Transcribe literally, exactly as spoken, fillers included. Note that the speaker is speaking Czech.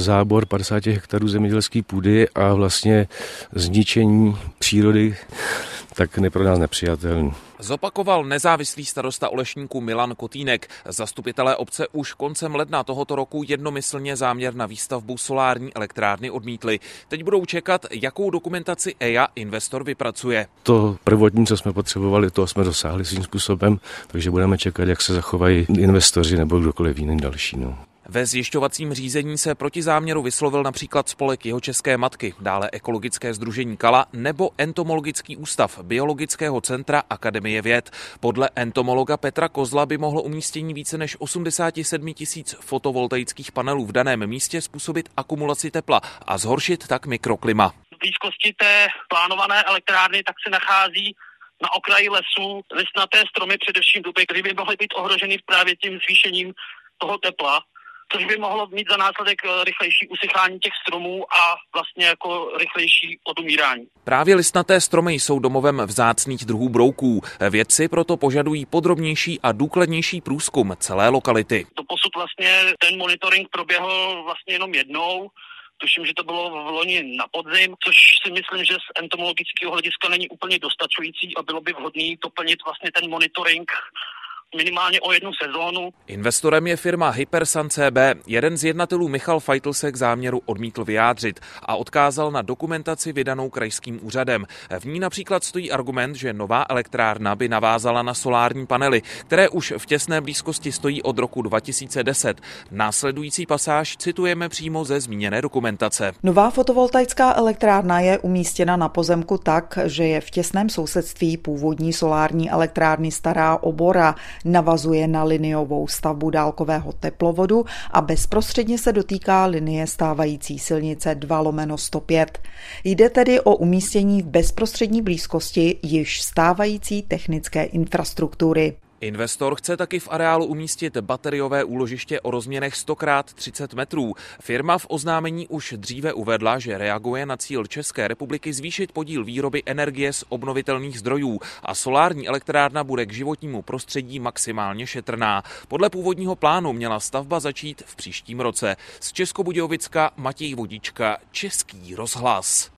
zábor padesát hektarů zemědělské půdy a vlastně zničení přírody, tak je pro nás nepřijatelný. Zopakoval nezávislý starosta Olešníku Milan Kotýnek. Zastupitelé obce už koncem ledna tohoto roku jednomyslně záměr na výstavbu solární elektrárny odmítli. Teď budou čekat, jakou dokumentaci E I A investor vypracuje. To prvotní, co jsme potřebovali, to jsme dosáhli svým způsobem, takže budeme čekat, jak se zachovají investoři nebo kdokoliv jiný další. No. Ve zjišťovacím řízení se proti záměru vyslovil například spolek Jihočeské matky, dále ekologické sdružení Kala nebo entomologický ústav Biologického centra Akademie věd. Podle entomologa Petra Kozla by mohlo umístění více než osmdesát sedm tisíc fotovoltaických panelů v daném místě způsobit akumulaci tepla a zhoršit tak mikroklima. V blízkosti té plánované elektrárny tak se nachází na okraji lesů listnaté stromy, především duby, které by mohly být ohroženy právě tím zvýšením toho tepla, což by mohlo mít za následek rychlejší usychání těch stromů a vlastně jako rychlejší odumírání. Právě listnaté stromy jsou domovem vzácných druhů brouků. Vědci proto požadují podrobnější a důkladnější průzkum celé lokality. Doposud vlastně ten monitoring proběhl vlastně jenom jednou. Tuším, že to bylo v loni na podzim, což si myslím, že z entomologického hlediska není úplně dostačující a bylo by vhodné doplnit vlastně ten monitoring minimálně o jednu sezónu. Investorem je firma Hypersun C B. Jeden z jednatelů Michal Feitl se k záměru odmítl vyjádřit a odkázal na dokumentaci vydanou krajským úřadem. V ní například stojí argument, že nová elektrárna by navázala na solární panely, které už v těsné blízkosti stojí od roku dva tisíce deset. Následující pasáž citujeme přímo ze zmíněné dokumentace. Nová fotovoltaická elektrárna je umístěna na pozemku tak, že je v těsném sousedství původní solární elektrárny Stará Obora. Navazuje na liniovou stavbu dálkového teplovodu a bezprostředně se dotýká linie stávající silnice dva lomeno sto pět. Jde tedy o umístění v bezprostřední blízkosti již stávající technické infrastruktury. Investor chce taky v areálu umístit bateriové úložiště o rozměrech sto krát třicet metrů. Firma v oznámení už dříve uvedla, že reaguje na cíl České republiky zvýšit podíl výroby energie z obnovitelných zdrojů a solární elektrárna bude k životnímu prostředí maximálně šetrná. Podle původního plánu měla stavba začít v příštím roce. Z Českobudějovicka Matěj Vodička, Český rozhlas.